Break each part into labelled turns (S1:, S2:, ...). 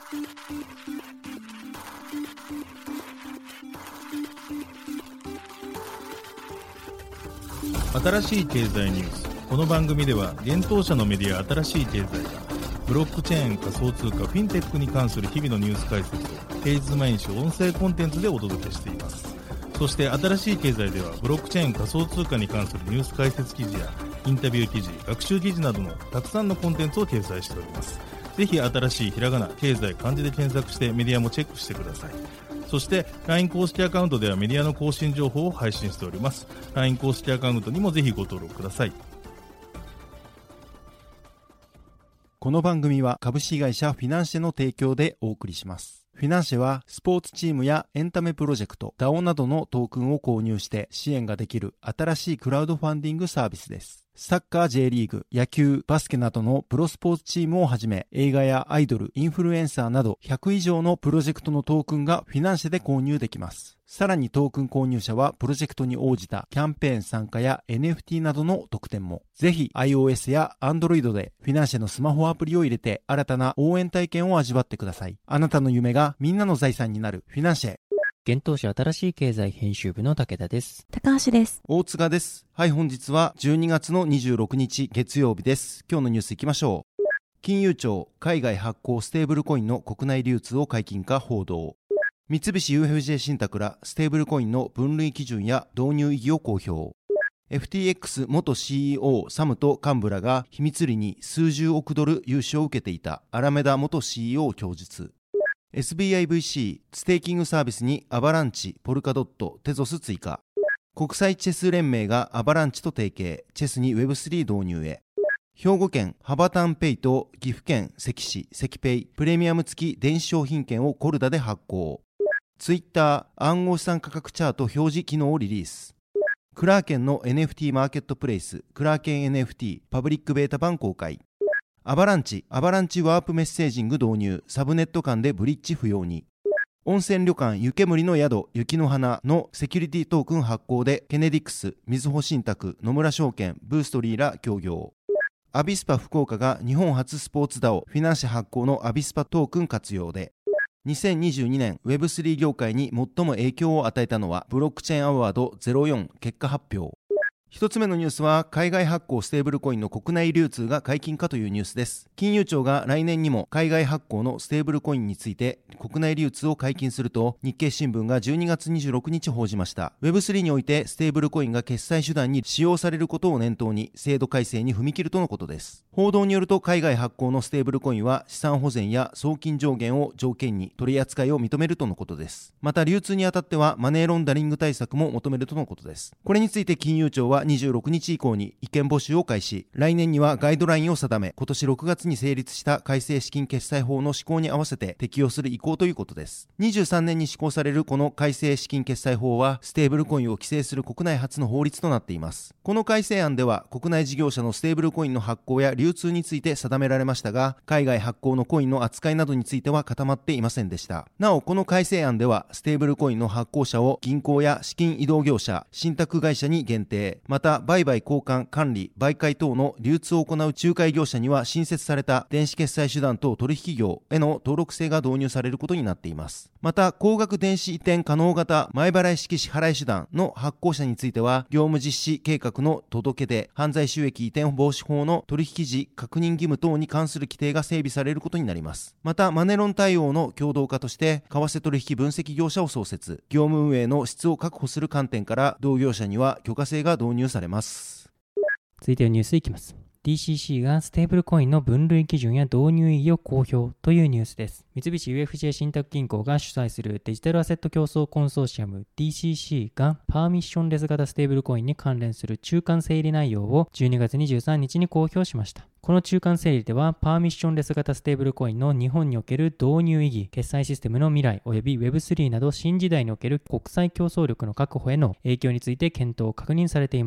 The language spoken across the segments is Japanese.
S1: 新しい経済ニュース。この番組では現当社のメディア新しい経済がブロックチェーン、仮想通貨、フィンテックに関する日々のニュース解説を平日毎日音声コンテンツでお届けしています。そして新しい経済ではブロックチェーン、仮想通貨に関するニュース解説記事やインタビュー記事、学習記事などのたくさんのコンテンツを掲載しております。ぜひ新しいひらがな、経済、漢字で検索してメディアもチェックしてください。そして LINE 公式アカウントではメディアの更新情報を配信しております。 LINE 公式アカウントにもぜひご登録ください。
S2: この番組は株式会社フィナンシェの提供でお送りします。フィナンシェはスポーツチームやエンタメプロジェクト、DAO などのトークンを購入して支援ができる新しいクラウドファンディングサービスです。サッカー J リーグ、野球、バスケなどのプロスポーツチームをはじめ、映画やアイドル、インフルエンサーなど100以上のプロジェクトのトークンがフィナンシェで購入できます。さらにトークン購入者はプロジェクトに応じたキャンペーン参加や NFT などの特典も。ぜひ iOS や Android でフィナンシェのスマホアプリを入れて新たな応援体験を味わってください。あなたの夢がみんなの財産になるフィナンシェ。
S3: 現当社新しい経済編集部の武田です。
S4: 高橋です。
S2: 大塚です。はい、本日は12月の26日月曜日です。今日のニュースいきましょう。金融庁、海外発行ステーブルコインの国内流通を解禁か報道。三菱 UFJ 信託らステーブルコインの分類基準や導入意義を公表。FTX 元 CEO サムと幹部らが秘密裏に数十億ドル融資を受けていたアラメダ元 CEO 供述。SBIVC ステーキングサービスにアバランチ、ポルカドット、テゾス追加。国際チェス連盟がアバランチと提携、チェスに Web3 導入へ。兵庫県ハバタンペイと岐阜県関市関ペイプレミアム付き電子商品券をコルダで発行。ツイッター暗号資産価格チャート表示機能をリリース。クラーケンの NFT マーケットプレイスクラーケン NFT パブリックベータ版公開。アバランチワープメッセージング導入、サブネット間でブリッジ不要に。温泉旅館湯煙の宿雪の花のセキュリティトークン発行でケネディクス、みずほ信託、野村証券、ブーストリーら協業。アビスパ福岡が日本初スポーツDAOフィナンシェ発行のアビスパトークン活用で。2022年 Web3 業界に最も影響を与えたのはブロックチェーンアワード04結果発表。一つ目のニュースは海外発行ステーブルコインの国内流通が解禁かというニュースです。金融庁が来年にも海外発行のステーブルコインについて国内流通を解禁すると日経新聞が12月26日報じました。 Web3 においてステーブルコインが決済手段に使用されることを念頭に制度改正に踏み切るとのことです。報道によると海外発行のステーブルコインは資産保全や送金上限を条件に取り扱いを認めるとのことです。また流通にあたってはマネーロンダリング対策も求めるとのことです。これについて金融庁は26日以降に意見募集を開始、来年にはガイドラインを定め、今年6月に成立した改正資金決済法の施行に合わせて適用する意向ということです。23年に施行されるこの改正資金決済法はステーブルコインを規制する国内初の法律となっています。この改正案では国内事業者のステーブルコインの発行や流通について定められましたが、海外発行のコインの扱いなどについては固まっていませんでした。なおこの改正案ではステーブルコインの発行者を銀行や資金移動業者、信託会社に限定、また売買交換管理媒介等の流通を行う仲介業者には新設された電子決済手段等取引業への登録制が導入されることになっています。また高額電子移転可能型前払い式支払い手段の発行者については業務実施計画の届け出、犯罪収益移転防止法の取引時確認義務等に関する規定が整備されることになります。またマネロン対応の共同化として為替取引分析業者を創設、業務運営の質を確保する観点から同業者には許可制が導入されます。
S3: 続いてのニュースいきます。DCC がステーブルコインの分類基準や導入意義を公表というニュースです。三菱 UFJ 信託銀行が主催するデジタルアセット競争コンソーシアム DCC がパーミッションレス型ステーブルコインに関連する中間整理内容を12月23日に公表しました。この中間整理ではパーミッションレス型ステーブルコインの日本における導入意義、決済システムの未来及び Web3 など新時代における国際競争力の確保への影響について検討を確認されています。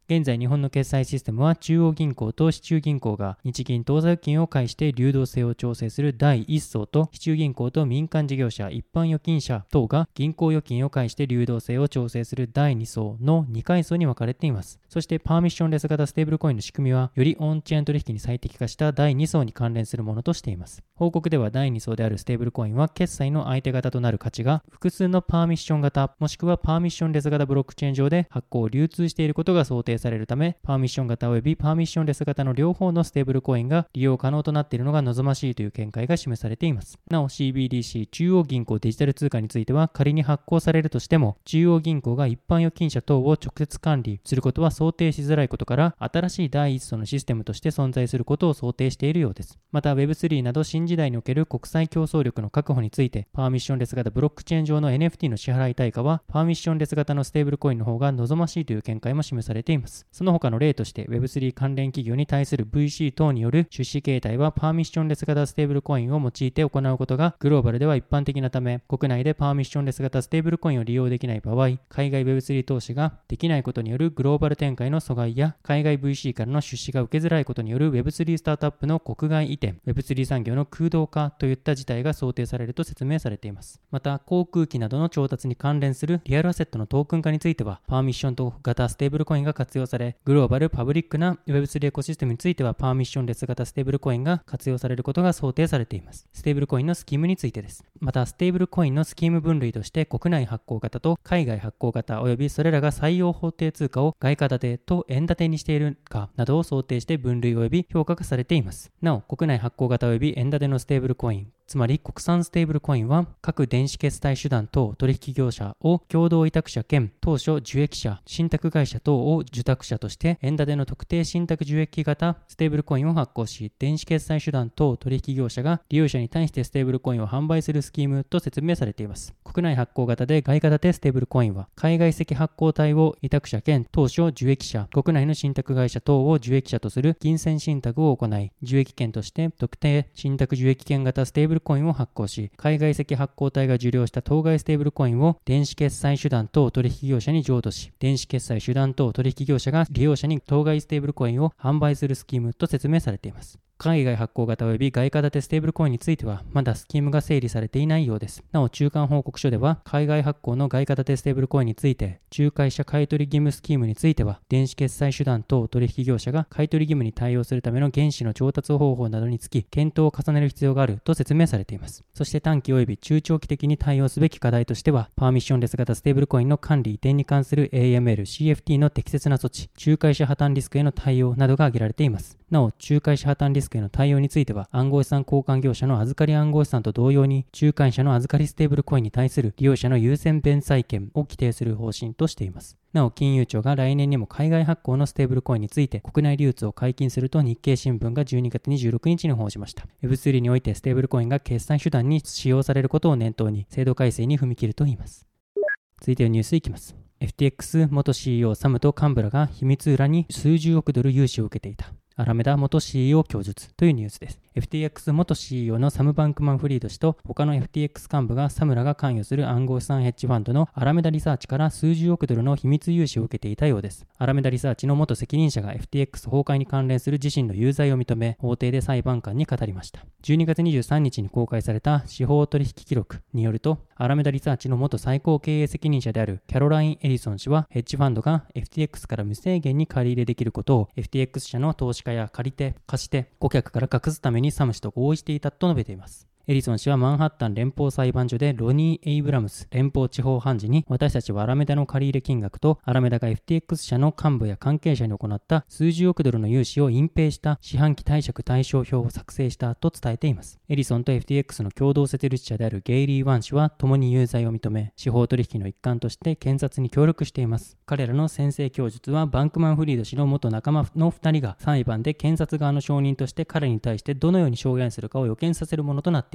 S3: 現在日本の決済システムは中央銀行と市中銀行が日銀当座預金を介して流動性を調整する第1層と、市中銀行と民間事業者、一般預金者等が銀行預金を介して流動性を調整する第2層の2階層に分かれています。そしてパーミッションレス型ステーブルコインの仕組みはよりオンチェーン取引に最適化した第2層に関連するものとしています。報告では第2層であるステーブルコインは決済の相手型となる価値が複数のパーミッション型もしくはパーミッションレス型ブロックチェーン上で発行流通していることが想定されるため、パーミッション型及びパーミッションレス型の両方のステーブルコインが利用可能となっているのが望ましいという見解が示されています。なお CBDC 中央銀行デジタル通貨については、仮に発行されるとしても中央銀行が一般預金者等を直接管理することは想定しづらいことから、新しい第一層のシステムとして存在することを想定しているようです。また Web3 など新時代における国際競争力の確保について、パーミッションレス型ブロックチェーン上の NFT の支払い対価はパーミッションレス型のステーブルコインの方が望ましいという見解も示されています。その他の例として Web3 関連企業に対する VC 等による出資形態はパーミッションレス型ステーブルコインを用いて行うことがグローバルでは一般的なため、国内でパーミッションレス型ステーブルコインを利用できない場合、海外 Web3 投資ができないことによるグローバル展開の阻害や、海外 VC からの出資が受けづらいことによる Web3 スタートアップの国外移転、Web3 産業の空洞化といった事態が想定されると説明されています。また航空機などの調達に関連するリアルアセットのトークン化については、パーミッション型ステーブルコインが活用され、グローバルパブリックな Web3 エコシステムについてはパーミッションレス型ステーブルコインが活用されることが想定されています。ステーブルコインのスキームについてです。またステーブルコインのスキーム分類として、国内発行型と海外発行型及びそれらが採用法定通貨を外貨建てと円建てにしているかなどを想定して分類及び評価がされています。なお国内発行型及び円建てのステーブルコイン、つまり国産ステーブルコインは、各電子決済手段等取引業者を共同委託者兼当初受益者、信託会社等を受託者として円建ての特定信託受益型ステーブルコインを発行し、電子決済手段等取引業者が利用者に対してステーブルコインを販売するスキームと説明されています。国内発行型で外貨建てステーブルコインは、海外籍発行体を委託者兼当初受益者、国内の信託会社等を受益者とする金銭信託を行い、受益権として特定信託受益権型ステーブルコインを発行し、海外籍発行体が受領した当該ステーブルコインを電子決済手段等取引業者に譲渡し、電子決済手段等取引業者が利用者に当該ステーブルコインを販売するスキームと説明されています。海外発行型及び外貨建てステーブルコインについてはまだスキームが整理されていないようです。なお中間報告書では、海外発行の外貨建てステーブルコインについて、仲介者買取義務スキームについては、電子決済手段等取引業者が買取義務に対応するための原資の調達方法などにつき検討を重ねる必要があると説明されています。そして短期及び中長期的に対応すべき課題としては、パーミッションレス型ステーブルコインの管理移転に関する AML、CFT の適切な措置、仲介者破綻リスクへの対応などが挙げられています。なお仲介者破綻リスクへの対応については、暗号資産交換業者の預かり暗号資産と同様に、仲介者の預かりステーブルコインに対する利用者の優先弁済権を規定する方針としています。なお金融庁が来年にも海外発行のステーブルコインについて国内流通を解禁すると日経新聞が12月26日に報じました。 Web3 においてステーブルコインが決済手段に使用されることを念頭に制度改正に踏み切るといいます。続いてのニュースいきます。 FTX 元 CEO サムと幹部らが秘密裏に数十億ドル融資を受けていた。アラメダ元 CEO 供述というニュースです。FTX 元 CEO のサム・バンクマンフリード氏と他の FTX 幹部がサムらが関与する暗号資産ヘッジファンドのアラメダリサーチから数十億ドルの秘密融資を受けていたようです。アラメダリサーチの元責任者が FTX 崩壊に関連する自身の有罪を認め、法廷で裁判官に語りました。12月23日に公開された司法取引記録によると、アラメダリサーチの元最高経営責任者であるキャロライン・エリソン氏は、ヘッジファンドが FTX から無制限に借り入れできることを FTX 社の投資家や借り手、貸して顧客から隠すためにサム氏と合意していたと述べています。エリソン氏はマンハッタン連邦裁判所でロニー・エイブラムス連邦地方判事に、私たちはアラメダの借り入れ金額とアラメダが FTX 社の幹部や関係者に行った数十億ドルの融資を隠蔽した四半期貸借対照表を作成したと伝えています。エリソンと FTX の共同設立者であるゲイリー・ワン氏は共に有罪を認め、司法取引の一環として検察に協力しています。彼らの宣誓供述はバンクマンフリード氏の元仲間の2人が裁判で検察側の証人として彼に対してどのように証言するかを予見させるものとなっています。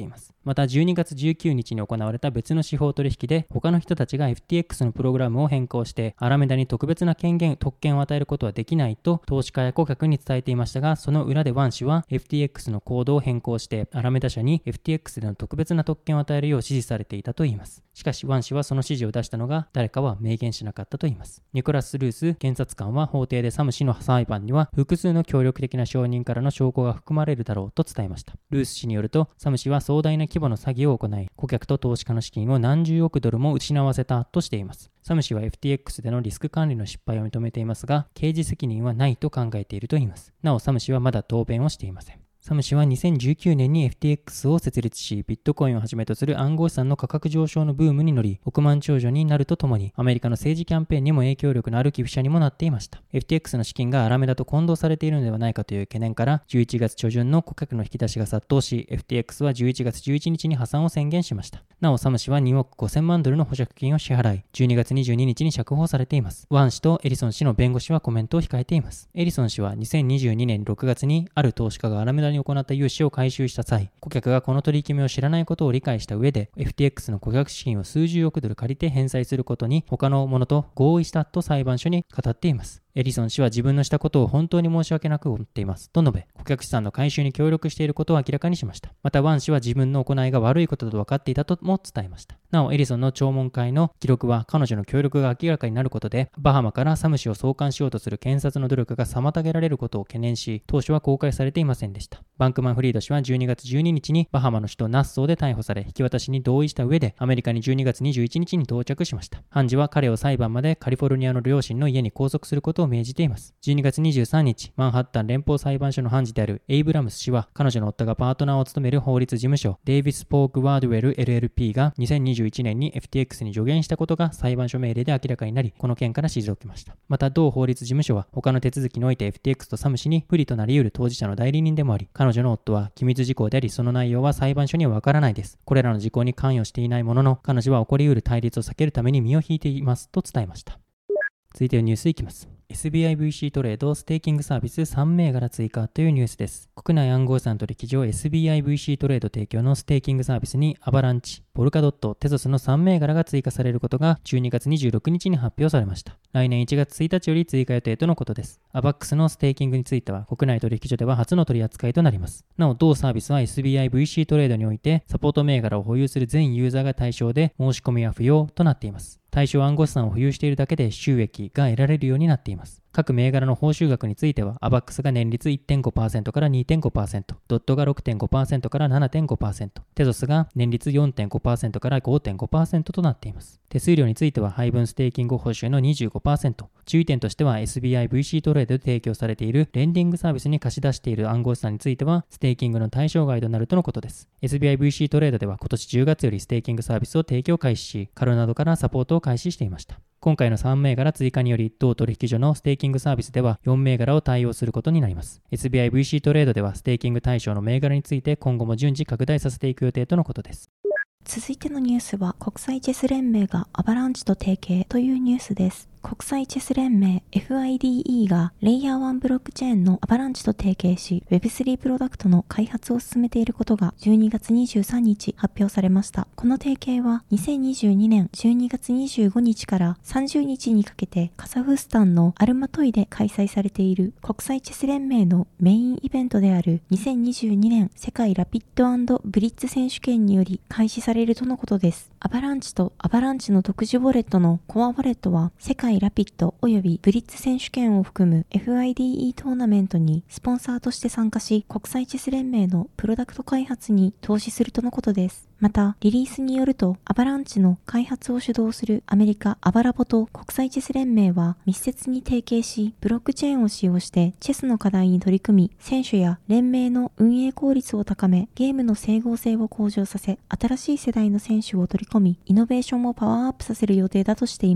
S3: います。また12月19日に行われた別の司法取引で、他の人たちが FTX のプログラムを変更してアラメダに特別な特権を与えることはできないと投資家や顧客に伝えていましたが、その裏でワン氏は FTX のコードを変更してアラメダ社に FTX での特別な特権を与えるよう指示されていたといいます。しかしワン氏はその指示を出したのが誰かは明言しなかったといいます。ニコラス・ルース検察官は法廷でサム氏の裁判には複数の協力的な証人からの証拠が含まれるだろうと伝えました。ルース氏によると、サム氏は壮大な規模の詐欺を行い、顧客と投資家の資金を何十億ドルも失わせたとしています。サム氏は FTX でのリスク管理の失敗を認めていますが、刑事責任はないと考えているといいます。なおサム氏はまだ答弁をしていません。サム氏は2019年に FTX を設立し、ビットコインをはじめとする暗号資産の価格上昇のブームに乗り、億万長者になるとともに、アメリカの政治キャンペーンにも影響力のある寄付者にもなっていました。FTX の資金がアラメダと混同されているのではないかという懸念から、11月初旬の顧客の引き出しが殺到し、FTX は11月11日に破産を宣言しました。なお、サム氏は2億5000万ドルの保釈金を支払い、12月22日に釈放されています。ワン氏とエリソン氏の弁護士はコメントを控えています。エリソン氏は2022年6月にある投資家がアラメダに行った融資を回収した際、顧客がこの取り決めを知らないことを理解した上で FTX の顧客資金を数十億ドル借りて返済することに他の者と合意したと裁判所に語っています。エリソン氏は自分のしたことを本当に申し訳なく思っていますと述べ、顧客資産の回収に協力していることを明らかにしました。またワン氏は自分の行いが悪いことと分かっていたとも伝えました。なおエリソンの聴聞会の記録は彼女の協力が明らかになることで、バハマからサム氏を送還しようとする検察の努力が妨げられることを懸念し、当初は公開されていませんでした。バンクマンフリード氏は12月12日にバハマの首都ナッソーで逮捕され、引き渡しに同意した上でアメリカに12月21日に到着しました。判事は彼を裁判までカリフォルニアの両親の家に拘束することを命じています。12月23日、マンハッタン連邦裁判所の判事であるエイブラムス氏は、彼女の夫がパートナーを務める法律事務所デイビス・ポーク・ワードウェル LLP が2021年に FTX に助言したことが裁判所命令で明らかになり、この件から退きました。また同法律事務所は他の手続きにおいて FTX とサム氏に不利となり得る当事者の代理人でもあり、彼女の夫は機密事項であり、その内容は裁判所にはわからないです。これらの事項に関与していないものの、彼女は起こり得る対立を避けるために身を引いていますと伝えました。続いてのニュースいきます。SBIVC トレードステーキングサービス3銘柄追加というニュースです。国内暗号資産取引所 SBIVC トレード提供のステーキングサービスにアバランチ、ポルカドット、テゾスの3銘柄が追加されることが12月26日に発表されました。来年1月1日より追加予定とのことです。アバックスのステーキングについては国内取引所では初の取り扱いとなります。なお同サービスは SBIVC トレードにおいてサポート銘柄を保有する全ユーザーが対象で申し込みは不要となっています。対象暗号資産を保有しているだけで収益が得られるようになっています。各銘柄の報酬額については、アバックスが年率 1.5% から 2.5%、ドットが 6.5% から 7.5%、テゾスが年率 4.5% から 5.5% となっています。手数料については配分ステーキング報酬の 25%。注意点としては SBIVC トレードで提供されているレンディングサービスに貸し出している暗号資産についてはステーキングの対象外となるとのことです。SBIVC トレードでは今年10月よりステーキングサービスを提供開始し、カルなどからサポートを開始していました。今回の3銘柄追加により、同取引所のステーキングサービスでは4銘柄を対応することになります。SBIVC トレードではステーキング対象の銘柄について今後も順次拡大させていく予定とのことです。
S4: 続いてのニュースは国際チェス連盟がアバランチと提携というニュースです。国際チェス連盟 FIDE がレイヤー1ブロックチェーンのアバランチと提携し Web3 プロダクトの開発を進めていることが12月23日発表されました。この提携は2022年12月25日から30日にかけてカザフスタンのアルマトイで開催されている国際チェス連盟のメインイベントである2022年世界ラピッド&ブリッツ選手権により開始されるとのことです。アバランチとアバランチの独自ウォレットのコアウォレットは世界ラピッドおよびブリッツ選手権を含む FIDE トーナメントにスポンサーとして参加し、国際チェス連盟のプロダクト開発に投資するとのことです。また、リリースによると、アバランチの開発を主導するアメリカアバラボと国際チェス連盟は密接に提携し、ブロックチェーンを使用してチェスの課題に取り組み、選手や連盟の運営効率を高め、ゲームの整合性を向上させ、新しい世代の選手を取り込み、イノベーションをパワーアップさせる予定だとしています。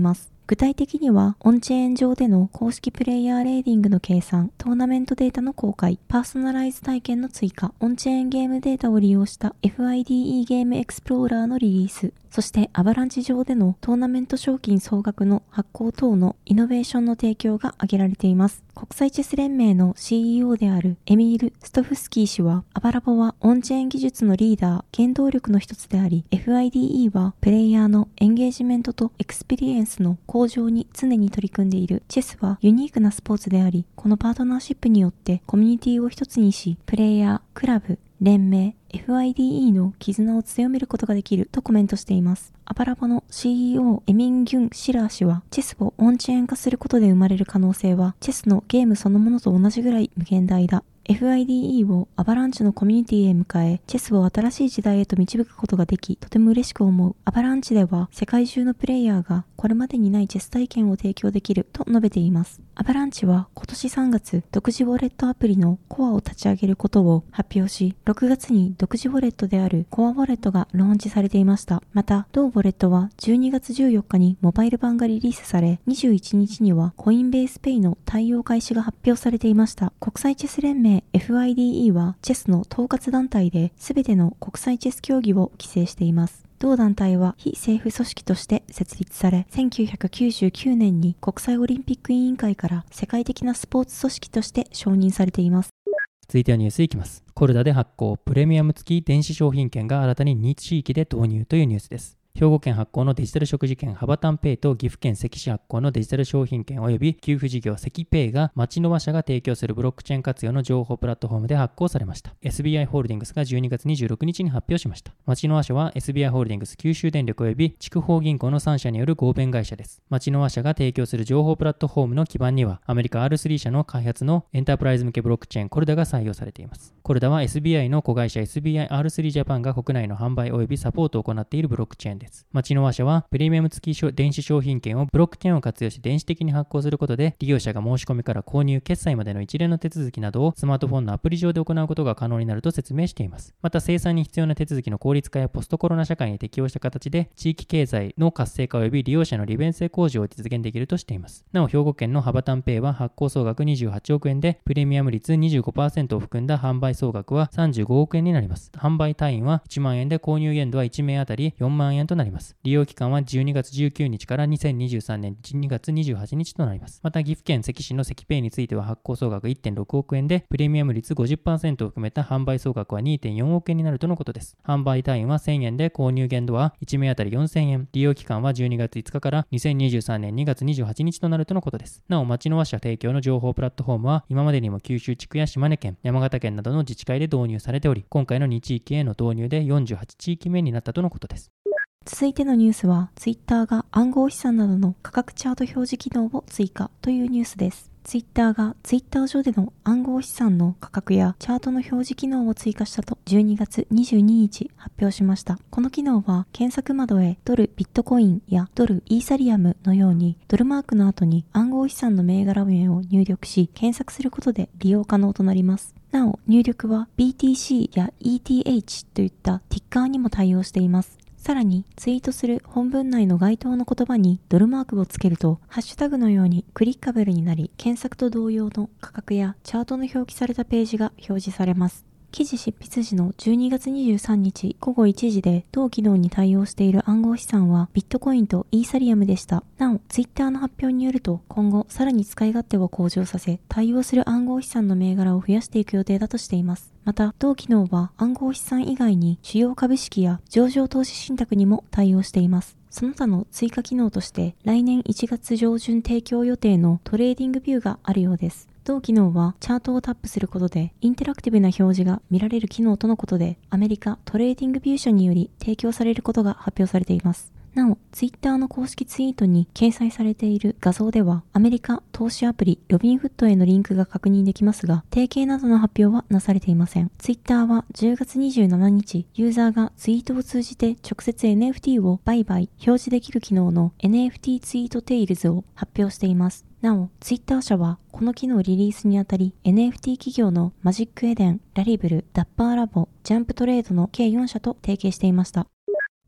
S4: 具体的には、オンチェーン上での公式プレイヤーレーディングの計算、トーナメントデータの公開、パーソナライズ体験の追加、オンチェーンゲームデータを利用した FIDE ゲームエクスプローラーのリリース、そしてアバランチ上でのトーナメント賞金総額の発行等のイノベーションの提供が挙げられています。国際チェス連盟の CEO であるエミール・ストフスキー氏は、アバラボはオンチェーン技術のリーダー、原動力の一つであり、FIDE はプレイヤーのエンゲージメントとエクスペリエンスの向上に常に取り組んでいる。チェスはユニークなスポーツであり、このパートナーシップによってコミュニティを一つにし、プレイヤー、クラブ、連盟、FIDE の絆を強めることができるとコメントしています。アバラボの CEO エミン・ギュン・シラー氏は、チェスをオンチェーン化することで生まれる可能性は、チェスのゲームそのものと同じぐらい無限大だ。FIDE をアバランチのコミュニティへ迎え、チェスを新しい時代へと導くことができ、とても嬉しく思う。アバランチでは、世界中のプレイヤーがこれまでにないチェス体験を提供できると述べています。アバランチは今年3月、独自ウォレットアプリのコアを立ち上げることを発表し、6月に独自ウォレットであるコアウォレットがローンチされていました。また、同ウォレットは12月14日にモバイル版がリリースされ、21日にはコインベースペイの対応開始が発表されていました。国際チェス連盟FIDE はチェスの統括団体で全ての国際チェス競技を規制しています。同団体は非政府組織として設立され、1999年に国際オリンピック委員会から世界的なスポーツ組織として承認されています。
S3: 続いてはニュースいきます。コルダで発行、プレミアム付き電子商品券が新たに2地域で導入というニュースです。兵庫県発行のデジタル食事券ハバタンペイと岐阜県関市発行のデジタル商品券及び給付事業関ペイが町の和社が提供するブロックチェーン活用の情報プラットフォームで発行されました。 SBI ホールディングスが12月26日に発表しました。町の和社は SBI ホールディングス、九州電力及び筑豊銀行の3社による合弁会社です。町の和社が提供する情報プラットフォームの基盤にはアメリカ R3 社の開発のエンタープライズ向けブロックチェーンコルダが採用されています。コルダは SBI の子会社 SBI-R3 ジャパンが国内の販売及びサポートを行っているブロックチェーンです。町の和社はプレミアム付き電子商品券をブロックチェーンを活用し電子的に発行することで、利用者が申し込みから購入、決済までの一連の手続きなどをスマートフォンのアプリ上で行うことが可能になると説明しています。また生産に必要な手続きの効率化やポストコロナ社会に適応した形で地域経済の活性化及び利用者の利便性向上を実現できるとしています。なお、兵庫県のハバタンペイは発行総額28億円で、プレミアム率 25% を含んだ販売総額は35億円になります。販売単位は1万円で、購入限度は1名あたり4万円となります。利用期間は12月19日から2023年12月28日となります。また岐阜県関市の関ペイについては発行総額 1.6 億円で、プレミアム率 50% を含めた販売総額は 2.4 億円になるとのことです。販売単位は1000円で、購入限度は1名あたり4000円。利用期間は12月5日から2023年2月28日となるとのことです。なお、町の和社提供の情報プラットフォームは今までにも九州地区や島根県、山形県などの自治会で導入されており、今回の2地域への導入で48地域目になったとのことです。
S4: 続いてのニュースは、ツイッターが暗号資産などの価格チャート表示機能を追加というニュースです。ツイッターがツイッター上での暗号資産の価格やチャートの表示機能を追加したと12月22日発表しました。この機能は検索窓へドルビットコインやドルイーサリアムのようにドルマークの後に暗号資産の銘柄名を入力し検索することで利用可能となります。なお、入力は BTC や ETH といったティッカーにも対応しています。さらに、ツイートする本文内の該当の言葉にドルマークをつけると、ハッシュタグのようにクリッカブルになり、検索と同様の価格やチャートの表記されたページが表示されます。記事執筆時の12月23日午後1時で同機能に対応している暗号資産はビットコインとイーサリアムでした。なお、ツイッターの発表によると今後さらに使い勝手を向上させ、対応する暗号資産の銘柄を増やしていく予定だとしています。また、同機能は暗号資産以外に主要株式や上場投資信託にも対応しています。その他の追加機能として来年1月上旬提供予定のトレーディングビューがあるようです。同機能はチャートをタップすることでインタラクティブな表示が見られる機能とのことで、アメリカトレーディングビュー社により提供されることが発表されています。なお、ツイッターの公式ツイートに掲載されている画像では、アメリカ投資アプリロビンフットへのリンクが確認できますが、提携などの発表はなされていません。ツイッターは10月27日、ユーザーがツイートを通じて直接 NFT を売買、表示できる機能の NFT ツイートテイルズを発表しています。なお、ツイッター社はこの機能リリースにあたり NFT 企業のマジックエデン、ラリブル、ダッパーラボ、ジャンプトレードの計4社と提携していました。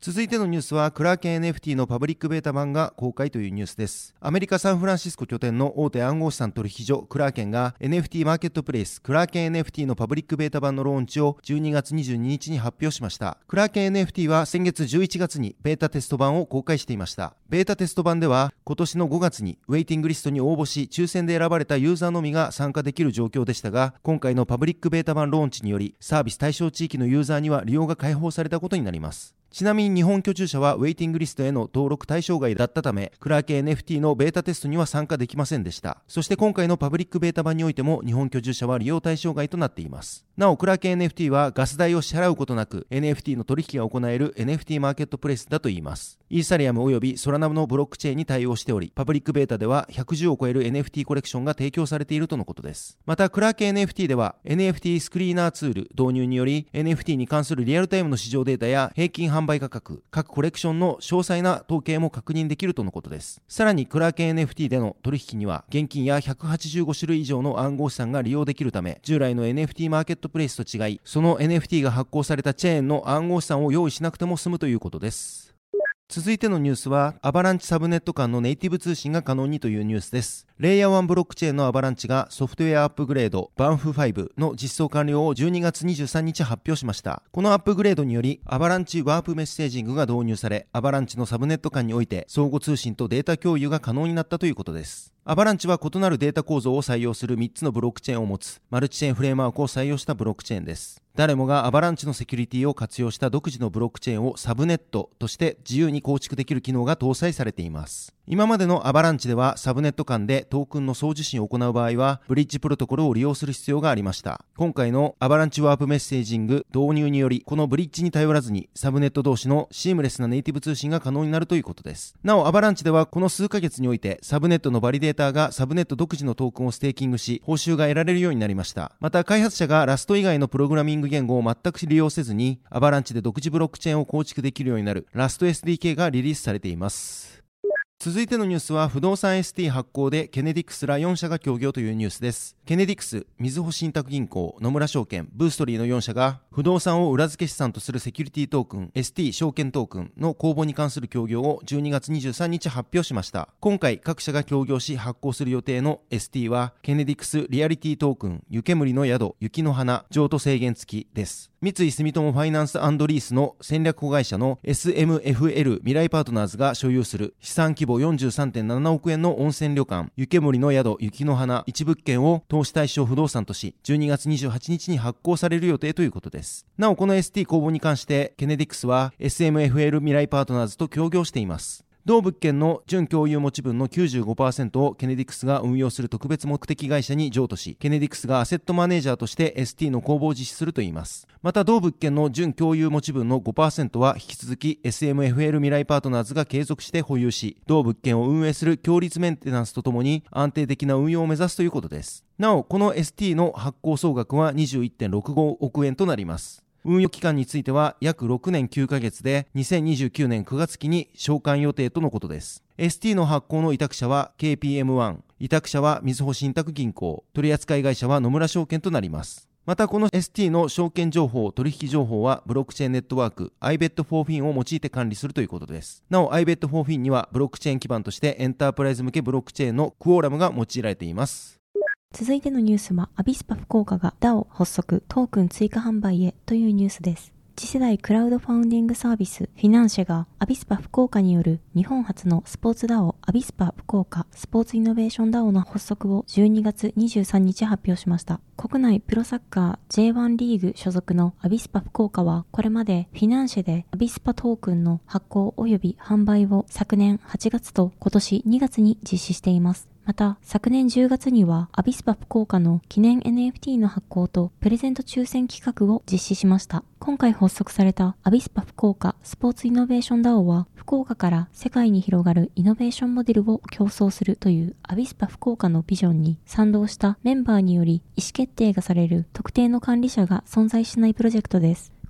S2: 続いてのニュースはクラーケン NFT のパブリックベータ版が公開というニュースです。アメリカ・サンフランシスコ拠点の大手暗号資産取引所クラーケンが NFT マーケットプレイスクラーケン NFT のパブリックベータ版のローンチを12月22日に発表しました。クラーケン NFT は先月11月にベータテスト版を公開していました。ベータテスト版では今年の5月にウェイティングリストに応募し抽選で選ばれたユーザーのみが参加できる状況でしたが、今回のパブリックベータ版ローンチによりサービス対象地域のユーザーには利用が開放されたことになります。ちなみに日本居住者はウェイティングリストへの登録対象外だったため、クラーケン NFT のベータテストには参加できませんでした。そして今回のパブリックベータ版においても日本居住者は利用対象外となっています。なお、クラーケン NFT はガス代を支払うことなく NFT の取引が行える NFT マーケットプレイスだといいます。イーサリアムおよびソラナムのブロックチェーンに対応しており、パブリックベータでは110を超える NFT コレクションが提供されているとのことです。また、クラーケン NFT では NFT スクリーナーツール導入により NFT に関するリアルタイムの市場データや平均販売価格、各コレクションの詳細な統計も確認できるとのことです。さらにクラーケン NFT での取引には現金や185種類以上の暗号資産が利用できるため、従来の NFT マーケットプレイスと違い、その NFT が発行されたチェーンの暗号資産を用意しなくても済むということです。続いてのニュースはアバランチサブネット間のネイティブ通信が可能にというニュースです。レイヤー1ブロックチェーンのアバランチがソフトウェアアップグレード BANF5 の実装完了を12月23日発表しました。このアップグレードによりアバランチワープメッセージングが導入され、アバランチのサブネット間において相互通信とデータ共有が可能になったということです。アバランチは異なるデータ構造を採用する3つのブロックチェーンを持つマルチチェーンフレームワークを採用したブロックチェーンです。誰もがアバランチのセキュリティを活用した独自のブロックチェーンをサブネットとして自由に構築できる機能が搭載されています。今までのアバランチではサブネット間でトークンの送受信を行う場合はブリッジプロトコルを利用する必要がありました。今回のアバランチワープメッセージング導入により、このブリッジに頼らずにサブネット同士のシームレスなネイティブ通信が可能になるということです。なお、アバランチではこの数ヶ月においてサブネットのバリデータがサブネット独自のトークンをステーキングし報酬が得られるようになりました。また、開発者がラスト以外のプログラミング言語を全く利用せずにアバランチで独自ブロックチェーンを構築できるようになるラスト SDK がリリースされています。続いてのニュースは不動産 ST 発行でケネディクスら4社が協業というニュースです。ケネディクス、みずほ信託銀行、野村証券、ブーストリーの4社が不動産を裏付け資産とするセキュリティトークン ST 証券トークンの公募に関する協業を12月23日発表しました。今回各社が協業し発行する予定の ST はケネディクスリアリティトークン湯煙の宿雪の花譲渡制限付きです。三井住友ファイナンス&リースの戦略子会社の SMFL 未来パートナーズが所有する資産規模 43.7 億円の温泉旅館湯煙の宿雪の花1物件を投資対象不動産とし12月28日に発行される予定ということです。なお、この ST 公募に関してケネディクスは SMFL 未来パートナーズと協業しています。同物件の準共有持ち分の 95% をケネディクスが運用する特別目的会社に譲渡し、ケネディクスがアセットマネージャーとして ST の公募を実施するといいます。また、同物件の準共有持ち分の 5% は引き続き SMFL 未来パートナーズが継続して保有し、同物件を運営する強立メンテナンスとともに安定的な運用を目指すということです。なお、この ST の発行総額は 21.65 億円となります。運用期間については約6年9ヶ月で2029年9月期に償還予定とのことです。ST の発行の委託者は KPM1、委託者はみずほ信託銀行、取扱会社は野村証券となります。また、この ST の証券情報、取引情報はブロックチェーンネットワーク iBet4Fin を用いて管理するということです。なお iBet4Fin にはブロックチェーン基盤としてエンタープライズ向けブロックチェーンのクオーラムが用いられています。
S4: 続いてのニュースはアビスパ福岡が DAO 発足トークン追加販売へというニュースです。次世代クラウドファウンディングサービスフィナンシェがアビスパ福岡による日本初のスポーツ DAO アビスパ福岡スポーツイノベーション DAO の発足を12月23日発表しました。国内プロサッカー J1 リーグ所属のアビスパ福岡はこれまでフィナンシェでアビスパトークンの発行及び販売を昨年8月と今年2月に実施しています。また、昨年10月にはアビスパ福岡の記念 NFT の発行とプレゼント抽選企画を実施しました。今回発足されたアビスパ福岡スポーツイノベーション DAO は、福岡から世界に広がるイノベーションモデルを競争するというアビスパ福岡のビジョンに賛同したメンバーにより意思決定がされる特定の管理者が存在しないプロジェクトです。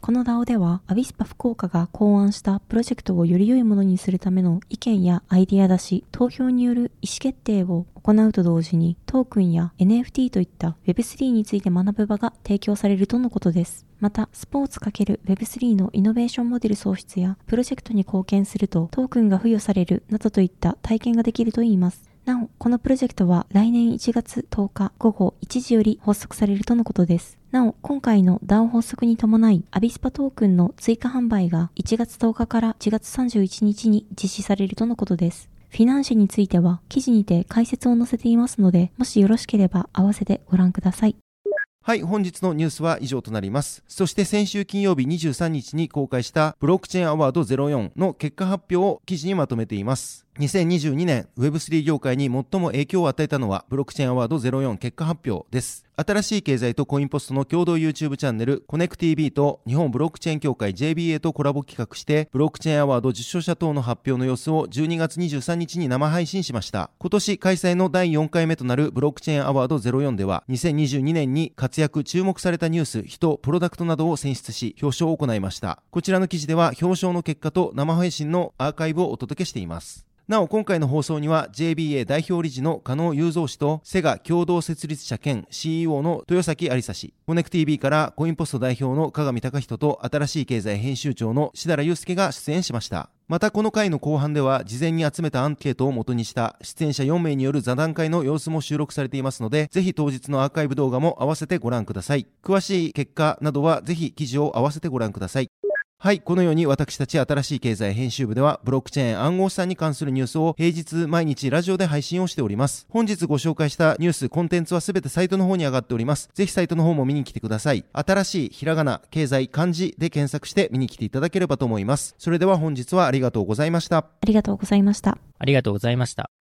S4: この DAO では、アビスパ福岡が考案したプロジェクトをより良いものにするための意見やアイディア出し、投票による意思決定を行うと同時に、トークンや NFT といった Web3 について学ぶ場が提供されるとのことです。また、スポーツ ×Web3 のイノベーションモデル創出やプロジェクトに貢献するとトークンが付与されるなどといった体験ができるといいます。なお、このプロジェクトは来年1月10日午後1時より発足されるとのことです。なお、今回の DAO 発足に伴い、アビスパトークンの追加販売が1月10日から1月31日に実施されるとのことです。フィナンシェについては記事にて解説を載せていますので、もしよろしければ合わせてご覧ください。
S2: はい、本日のニュースは以上となります。そして先週金曜日23日に公開したブロックチェーンアワード04の結果発表を記事にまとめています。2022年 Web3 業界に最も影響を与えたのはブロックチェーンアワード04結果発表です。新しい経済とコインポストの共同 YouTube チャンネルコネク TV と日本ブロックチェーン協会 JBA とコラボ企画してブロックチェーンアワード受賞者等の発表の様子を12月23日に生配信しました。今年開催の第4回目となるブロックチェーンアワード04では2022年に活躍注目されたニュース、人、プロダクトなどを選出し表彰を行いました。こちらの記事では表彰の結果と生配信のアーカイブをお届けしています。なお今回の放送には JBA 代表理事の加納雄三氏とセガ共同設立者兼 CEO の豊崎有沙氏、コネク TV からコインポスト代表の加賀見隆人と新しい経済編集長の志田祐介が出演しました。またこの回の後半では事前に集めたアンケートを元にした出演者4名による座談会の様子も収録されていますので、ぜひ当日のアーカイブ動画も合わせてご覧ください。詳しい結果などはぜひ記事を合わせてご覧ください。はい、このように私たち新しい経済編集部ではブロックチェーン暗号資産に関するニュースを平日毎日ラジオで配信をしております。本日ご紹介したニュース、コンテンツはすべてサイトの方に上がっております。ぜひサイトの方も見に来てください。新しいひらがな、経済、漢字で検索して見に来ていただければと思います。それでは本日はありがとうございました。
S4: ありがとうございました。
S3: ありがとうございました。